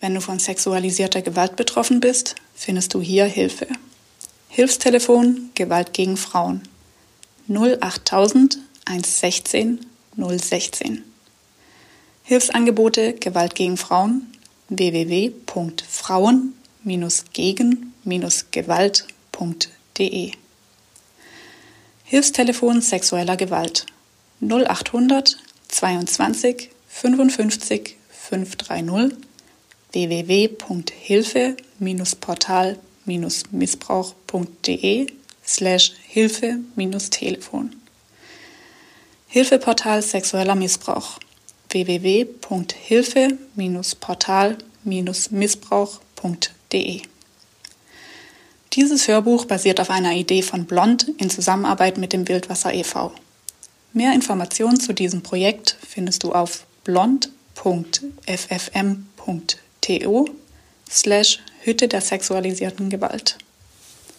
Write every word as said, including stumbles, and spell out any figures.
Wenn du von sexualisierter Gewalt betroffen bist, findest du hier Hilfe. Hilfstelefon Gewalt gegen Frauen null achttausend hundertsechzehn null sechzehn. Hilfsangebote Gewalt gegen Frauen w w w punkt frauen gegen gewalt punkt de. Hilfstelefon sexueller Gewalt null achthundert zweiundzwanzig fünfundfünfzig fünfhundertdreißig w w w punkt hilfe portal missbrauch punkt de slash Hilfe Telefon. Hilfeportal sexueller Missbrauch w w w punkt hilfe portal missbrauch punkt de. Dieses Hörbuch basiert auf einer Idee von Blond in Zusammenarbeit mit dem Wildwasser e V Mehr Informationen zu diesem Projekt findest du auf blond punkt f f m punkt to slash Hütte der sexualisierten Gewalt.